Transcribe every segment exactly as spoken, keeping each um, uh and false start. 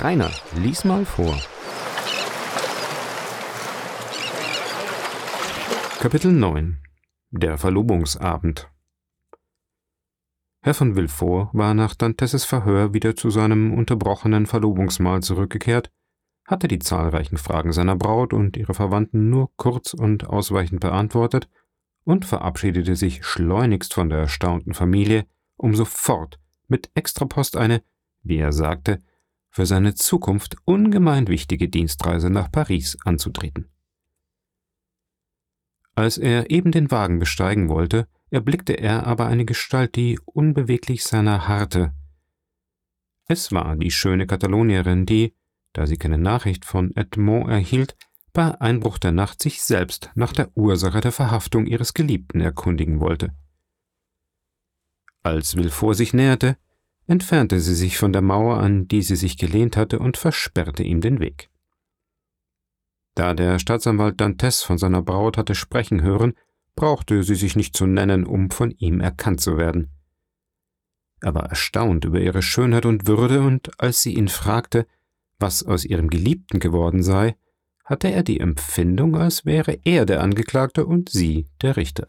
Rainer, lies mal vor. Kapitel neun. Der Verlobungsabend. Herr von Villefort war nach Dantès' Verhör wieder zu seinem unterbrochenen Verlobungsmahl zurückgekehrt, hatte die zahlreichen Fragen seiner Braut und ihrer Verwandten nur kurz und ausweichend beantwortet und verabschiedete sich schleunigst von der erstaunten Familie, um sofort mit Extrapost eine, wie er sagte, für seine Zukunft ungemein wichtige Dienstreise nach Paris anzutreten. Als er eben den Wagen besteigen wollte, erblickte er aber eine Gestalt, die unbeweglich seiner harrte. Es war die schöne Katalonierin, die, da sie keine Nachricht von Edmond erhielt, bei Einbruch der Nacht sich selbst nach der Ursache der Verhaftung ihres Geliebten erkundigen wollte. Als Villefort sich näherte, entfernte sie sich von der Mauer, an die sie sich gelehnt hatte, und versperrte ihm den Weg. Da der Staatsanwalt Dantès von seiner Braut hatte sprechen hören, brauchte sie sich nicht zu nennen, um von ihm erkannt zu werden. Er war erstaunt über ihre Schönheit und Würde, und als sie ihn fragte, was aus ihrem Geliebten geworden sei, hatte er die Empfindung, als wäre er der Angeklagte und sie der Richter.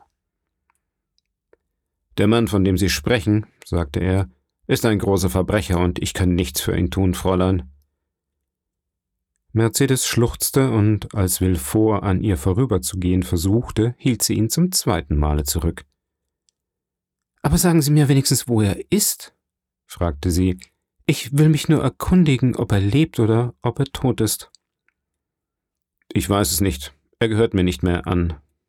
»Der Mann, von dem Sie sprechen«, sagte er, »ist ein großer Verbrecher, und ich kann nichts für ihn tun, Fräulein.« Mercedes schluchzte, und als Villefort an ihr vorüberzugehen versuchte, hielt sie ihn zum zweiten Male zurück. »Aber sagen Sie mir wenigstens, wo er ist?« fragte sie. »Ich will mich nur erkundigen, ob er lebt oder ob er tot ist.« »Ich weiß es nicht. Er gehört mir nicht mehr an.«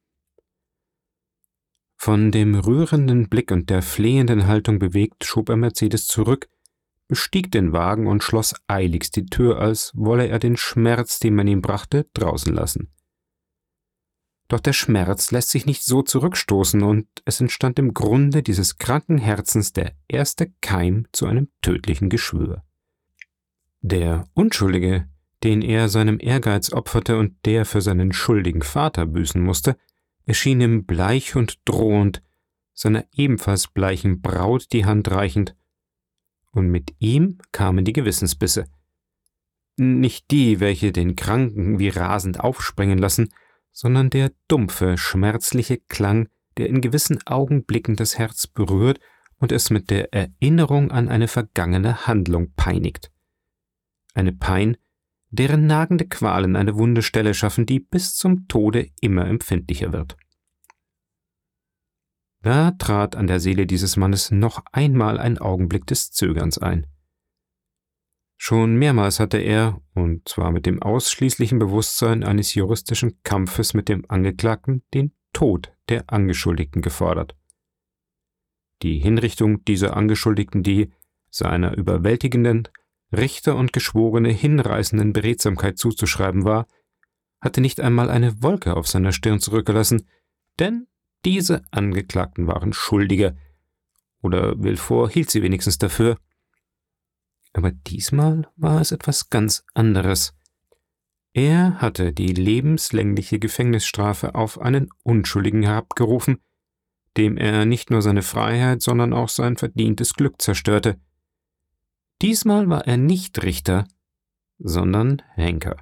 Von dem rührenden Blick und der flehenden Haltung bewegt, schob er Mercedes zurück, bestieg den Wagen und schloss eiligst die Tür, als wolle er den Schmerz, den man ihm brachte, draußen lassen. Doch der Schmerz lässt sich nicht so zurückstoßen, und es entstand im Grunde dieses kranken Herzens der erste Keim zu einem tödlichen Geschwür. Der Unschuldige, den er seinem Ehrgeiz opferte und der für seinen schuldigen Vater büßen musste, erschien ihm bleich und drohend, seiner ebenfalls bleichen Braut die Hand reichend, und mit ihm kamen die Gewissensbisse. Nicht die, welche den Kranken wie rasend aufspringen lassen, sondern der dumpfe, schmerzliche Klang, der in gewissen Augenblicken das Herz berührt und es mit der Erinnerung an eine vergangene Handlung peinigt. Eine Pein, deren nagende Qualen eine wunde Stelle schaffen, die bis zum Tode immer empfindlicher wird. Da trat an der Seele dieses Mannes noch einmal ein Augenblick des Zögerns ein. Schon mehrmals hatte er, und zwar mit dem ausschließlichen Bewusstsein eines juristischen Kampfes mit dem Angeklagten, den Tod der Angeschuldigten gefordert. Die Hinrichtung dieser Angeschuldigten, die seiner überwältigenden, Richter und Geschworene hinreißenden Beredsamkeit zuzuschreiben war, hatte nicht einmal eine Wolke auf seiner Stirn zurückgelassen, denn diese Angeklagten waren Schuldige, oder Villefort hielt sie wenigstens dafür. Aber diesmal war es etwas ganz anderes. Er hatte die lebenslängliche Gefängnisstrafe auf einen Unschuldigen herabgerufen, dem er nicht nur seine Freiheit, sondern auch sein verdientes Glück zerstörte. Diesmal war er nicht Richter, sondern Henker.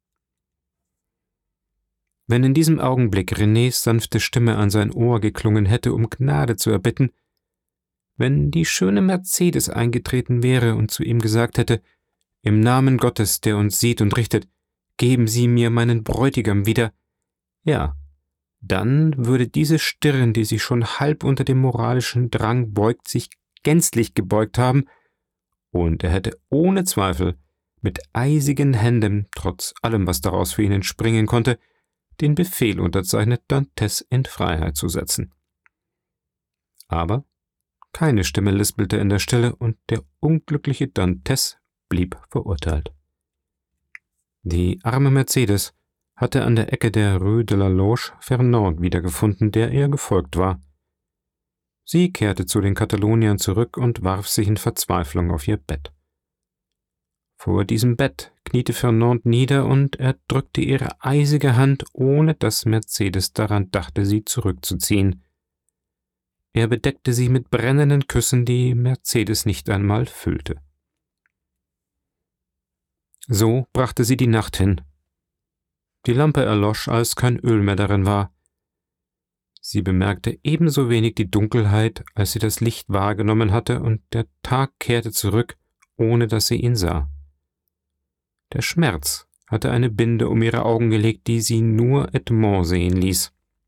Wenn in diesem Augenblick Renés sanfte Stimme an sein Ohr geklungen hätte, um Gnade zu erbitten, wenn die schöne Mercedes eingetreten wäre und zu ihm gesagt hätte, »Im Namen Gottes, der uns sieht und richtet, geben Sie mir meinen Bräutigam wieder«, ja, dann würde diese Stirn, die sich schon halb unter dem moralischen Drang beugt, sich gänzlich gebeugt haben, und er hätte ohne Zweifel mit eisigen Händen, trotz allem, was daraus für ihn entspringen konnte, den Befehl unterzeichnet, Dantès in Freiheit zu setzen. Aber keine Stimme lispelte in der Stille, und der unglückliche Dantès blieb verurteilt. Die arme Mercedes hatte an der Ecke der Rue de la Loge Fernand wiedergefunden, der ihr gefolgt war. Sie kehrte zu den Kataloniern zurück und warf sich in Verzweiflung auf ihr Bett. Vor diesem Bett kniete Fernand nieder, und er drückte ihre eisige Hand, ohne dass Mercedes daran dachte, sie zurückzuziehen. Er bedeckte sie mit brennenden Küssen, die Mercedes nicht einmal fühlte. So brachte sie die Nacht hin. Die Lampe erlosch, als kein Öl mehr darin war. Sie bemerkte ebenso wenig die Dunkelheit, als sie das Licht wahrgenommen hatte, und der Tag kehrte zurück, ohne dass sie ihn sah. Der Schmerz hatte eine Binde um ihre Augen gelegt, die sie nur Edmond sehen ließ.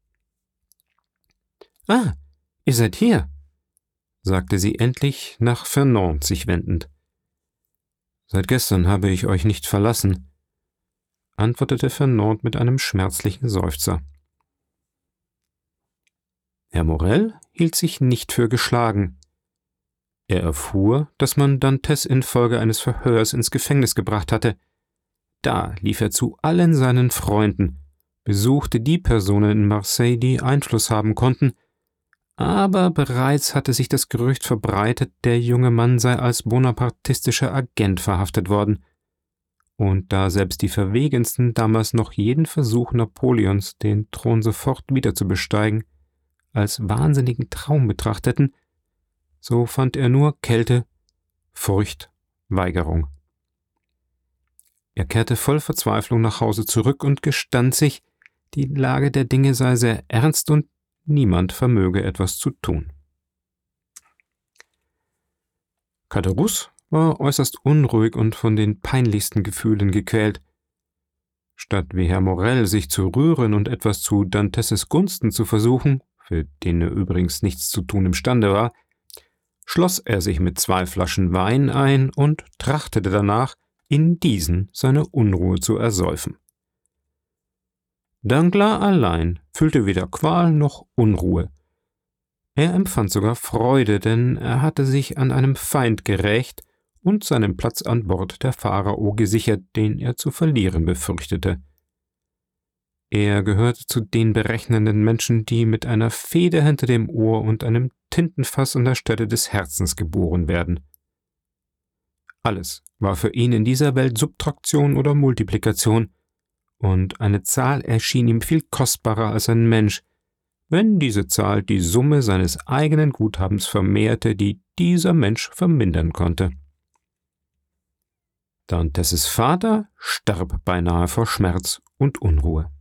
»Ah, ihr seid hier«, sagte sie endlich, nach Fernand sich wendend. »Seit gestern habe ich euch nicht verlassen«, antwortete Fernand mit einem schmerzlichen Seufzer. Herr Morel hielt sich nicht für geschlagen. Er erfuhr, dass man D'Anthès infolge eines Verhörs ins Gefängnis gebracht hatte. Da lief er zu allen seinen Freunden, besuchte die Personen in Marseille, die Einfluss haben konnten, aber bereits hatte sich das Gerücht verbreitet, der junge Mann sei als bonapartistischer Agent verhaftet worden. Und da selbst die Verwegensten damals noch jeden Versuch Napoleons, den Thron sofort wieder zu besteigen, als wahnsinnigen Traum betrachteten, so fand er nur Kälte, Furcht, Weigerung. Er kehrte voll Verzweiflung nach Hause zurück und gestand sich, die Lage der Dinge sei sehr ernst und niemand vermöge etwas zu tun. Caderousse war äußerst unruhig und von den peinlichsten Gefühlen gequält. Statt wie Herr Morel sich zu rühren und etwas zu D'Anthès' Gunsten zu versuchen, für den er übrigens nichts zu tun imstande war, schloss er sich mit zwei Flaschen Wein ein und trachtete danach, in diesen seine Unruhe zu ersäufen. Danglars allein fühlte weder Qual noch Unruhe. Er empfand sogar Freude, denn er hatte sich an einem Feind gerächt und seinen Platz an Bord der Pharao gesichert, den er zu verlieren befürchtete. Er gehörte zu den berechnenden Menschen, die mit einer Feder hinter dem Ohr und einem Tintenfass an der Stelle des Herzens geboren werden. Alles war für ihn in dieser Welt Subtraktion oder Multiplikation, und eine Zahl erschien ihm viel kostbarer als ein Mensch, wenn diese Zahl die Summe seines eigenen Guthabens vermehrte, die dieser Mensch vermindern konnte. D'Anthès' Vater starb beinahe vor Schmerz und Unruhe.